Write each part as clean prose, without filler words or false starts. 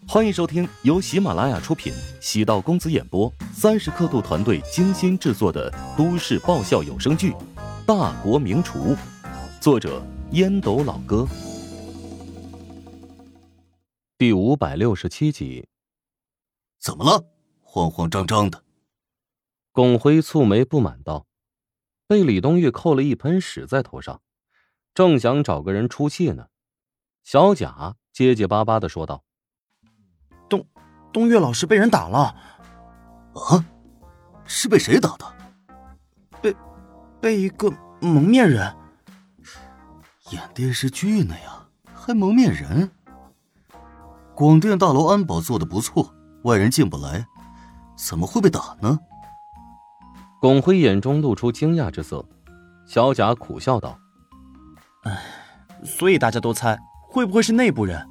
欢迎收听由喜马拉雅出品，喜道公子演播，30刻度团队精心制作的都市爆笑有声剧《大国名厨》，作者烟斗老哥，第567集。 怎么了？慌慌张张的。 龚辉蹙眉不满道，被李东玉扣了一盆屎在头上，正想找个人出气呢。小贾结结巴巴地说道： 东岳老师被人打了。 啊？是被谁打的？ 被一个蒙面人。 演电视剧呢呀，还蒙面人？广电大楼安保做得不错，外人进不来，怎么会被打呢？ 龚辉眼中露出惊讶之色，小贾苦笑道： 所以大家都猜会不会是内部人？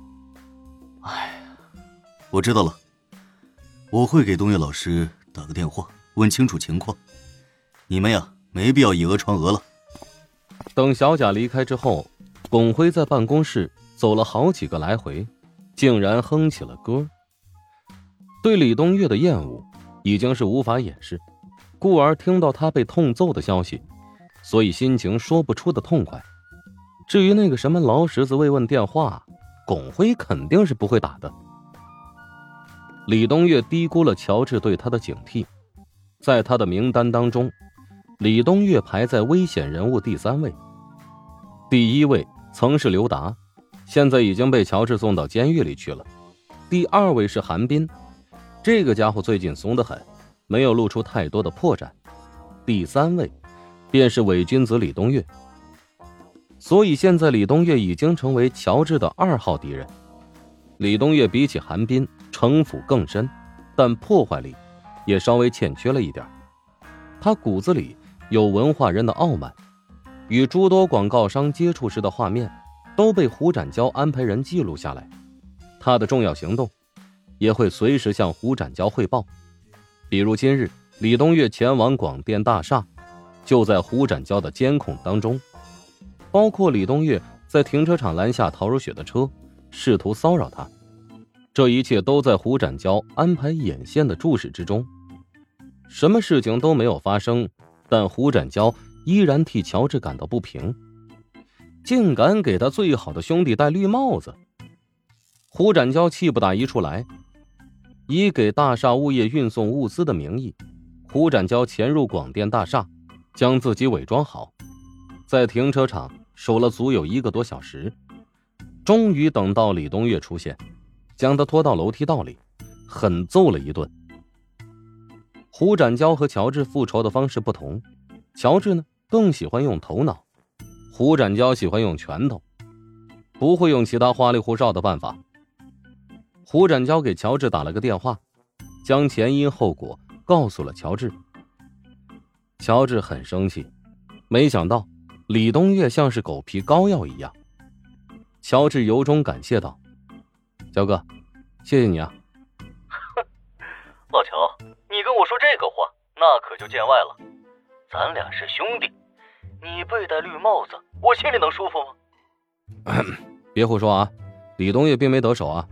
我知道了，我会给东岳老师打个电话，问清楚情况。你们呀，没必要以讹传讹了。 等小贾离开之后，龚辉在办公室走了好几个来回，竟然哼起了歌。对李东岳的厌恶已经是无法掩饰，故而听到他被痛揍的消息，所以心情说不出的痛快。至于那个什么劳什子慰问电话，龚辉肯定是不会打的。李东岳低估了乔治对他的警惕，在他的名单当中，李东岳排在危险人物第3位。第1位曾是刘达，现在已经被乔治送到监狱里去了。第2位是韩斌，这个家伙最近怂得很，没有露出太多的破绽。第3位便是伪君子李东岳。所以现在李东岳已经成为乔治的2号敌人。李东岳比起韩斌城府更深，但破坏力也稍微欠缺了一点。他骨子里有文化人的傲慢，与诸多广告商接触时的画面都被胡展娇安排人记录下来，他的重要行动也会随时向胡展娇汇报。比如今日李东岳前往广电大厦，就在胡展娇的监控当中，包括李东岳在停车场拦下陶如雪的车，试图骚扰他，这一切都在胡展娇安排眼线的注视之中。什么事情都没有发生，但胡展娇依然替乔治感到不平，竟敢给他最好的兄弟戴绿帽子。胡展娇气不打一处来，以给大厦物业运送物资的名义，胡展娇潜入广电大厦，将自己伪装好，在停车场守了足有1个多小时，终于等到李东岳出现，将他拖到楼梯道里，狠揍了一顿。胡展娇和乔治复仇的方式不同，乔治呢更喜欢用头脑，胡展娇喜欢用拳头，不会用其他花里胡哨的办法。胡展娇给乔治打了个电话，将前因后果告诉了乔治。乔治很生气，没想到李东岳像是狗皮膏药一样。乔治由衷感谢道：焦哥，谢谢你啊。 老乔，你跟我说这个话，那可就见外了。咱俩是兄弟，你被戴绿帽子，我心里能舒服吗？ 别胡说啊，李东岳并没得手啊。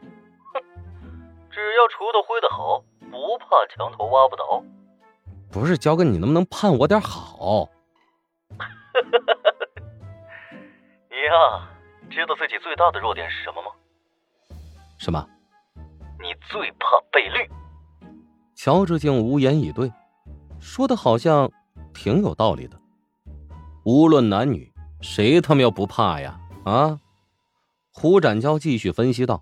只要锄头挥得好，不怕墙头挖不倒。 不是，焦哥，你能不能盼我点好？ 你呀，知道自己最大的弱点是什么吗？ 什么？ 你最怕被绿。 乔治竟无言以对，说的好像挺有道理的。无论男女，谁他妈要不怕呀？啊！胡展娇继续分析道：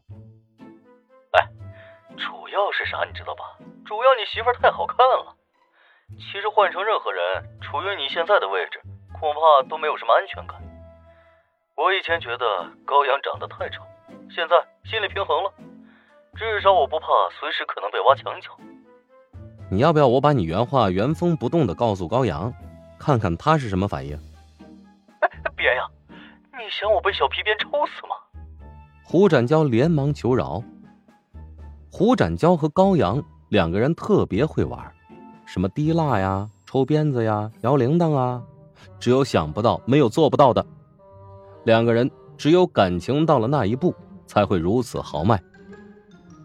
主要是啥你知道吧？主要你媳妇儿太好看了。其实换成任何人，处于你现在的位置，恐怕都没有什么安全感。我以前觉得高阳长得太丑，现在心里平衡了，至少我不怕随时可能被挖墙角。 你要不要我把你原话原封不动地告诉高阳，看看他是什么反应？ 别呀，你想我被小皮鞭抽死吗？ 胡展娇连忙求饶。胡展娇和高阳2个人特别会玩，什么滴蜡呀、抽鞭子呀、摇铃铛啊，只有想不到没有做不到的。2个人只有感情到了那一步，才会如此豪迈。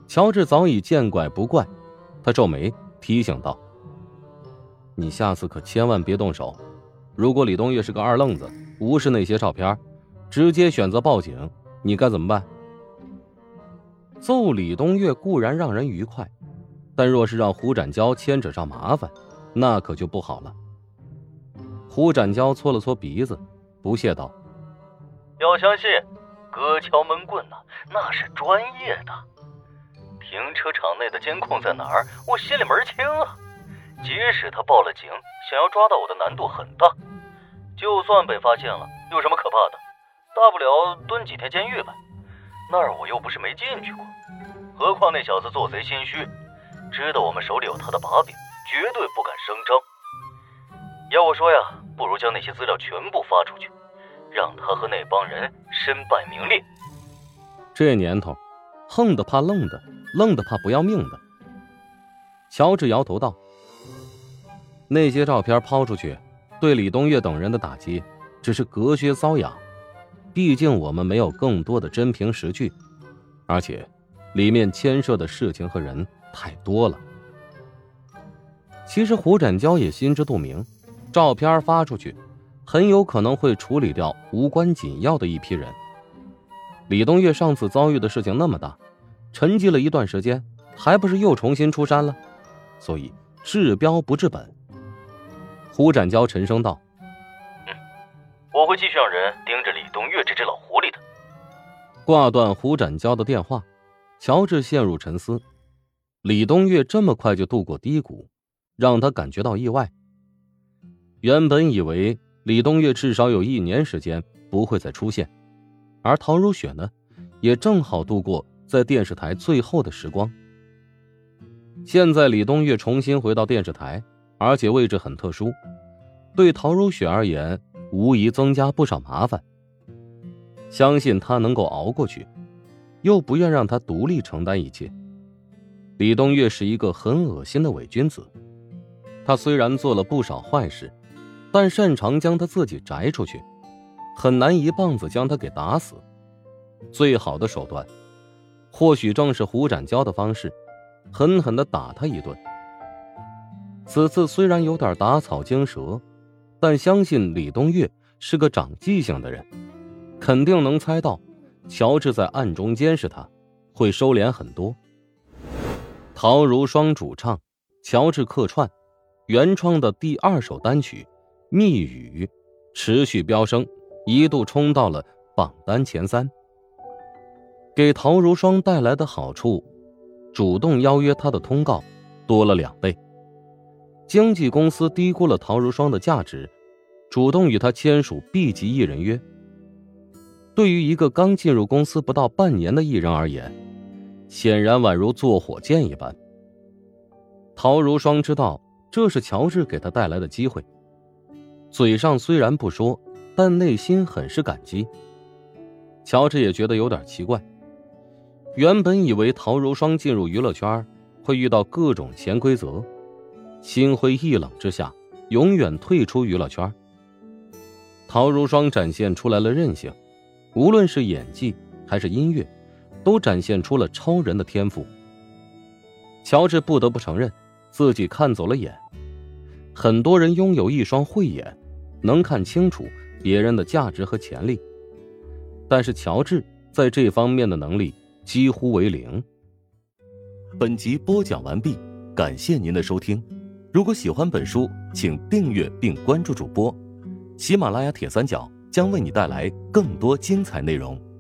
乔治早已见怪不怪，他皱眉提醒道：“你下次可千万别动手，如果李东岳是个二愣子，无视那些照片，直接选择报警，你该怎么办？”揍李东岳固然让人愉快，但若是让胡展娇牵扯上麻烦，那可就不好了。胡展娇搓了搓鼻子，不屑道：“ 要相信，哥敲门棍那是专业的。停车场内的监控在哪儿，我心里门清啊。即使他报了警，想要抓到我的难度很大。就算被发现了，有什么可怕的？大不了蹲几天监狱呗。那儿我又不是没进去过。何况那小子做贼心虚，知道我们手里有他的把柄，绝对不敢声张。要我说呀，不如将那些资料全部发出去，让他和那帮人身败名裂。 这年头，横的怕愣的，愣的怕不要命的。”乔治摇头道：“那些照片抛出去，对李东岳等人的打击只是隔靴搔痒，毕竟我们没有更多的真凭实据，而且里面牵涉的事情和人太多了。”其实胡展娇也心知肚明，照片发出去很有可能会处理掉无关紧要的一批人。李东岳上次遭遇的事情那么大，沉寂了一段时间，还不是又重新出山了？所以治标不治本。胡展娇沉声道：“ 我会继续让人盯着李东岳这只老狐狸的。” 挂断胡展娇的电话，乔治陷入沉思。李东岳这么快就度过低谷，让他感觉到意外。原本以为李东岳至少有1年时间不会再出现，而陶如雪呢，也正好度过在电视台最后的时光。现在李东岳重新回到电视台，而且位置很特殊，对陶如雪而言无疑增加不少麻烦。相信他能够熬过去，又不愿让他独立承担一切。李东岳是一个很恶心的伪君子，他虽然做了不少坏事，但擅长将他自己摘出去，很难一棒子将他给打死。最好的手段或许正是胡展娇的方式，狠狠地打他一顿。此次虽然有点打草惊蛇，但相信李东岳是个长记性的人，肯定能猜到乔治在暗中监视他，会收敛很多。陶如霜主唱，乔治客串，原创的第2首单曲《密语》持续飙升，一度冲到了榜单前3。给陶如霜带来的好处，主动邀约他的通告多了2倍。经纪公司低估了陶如霜的价值，主动与他签署 B 级艺人约。对于一个刚进入公司不到半年的艺人而言，显然宛如坐火箭一般。陶如霜知道这是乔治给他带来的机会，嘴上虽然不说，但内心很是感激。乔治也觉得有点奇怪，原本以为陶如霜进入娱乐圈会遇到各种潜规则，心灰意冷之下永远退出娱乐圈。陶如霜展现出来了韧性，无论是演技还是音乐，都展现出了超人的天赋。乔治不得不承认自己看走了眼，很多人拥有一双慧眼，能看清楚别人的价值和潜力，但是乔治在这方面的能力几乎为0。 本集播讲完毕，感谢您的收听。如果喜欢本书，请订阅并关注主播。喜马拉雅铁三角将为你带来更多精彩内容。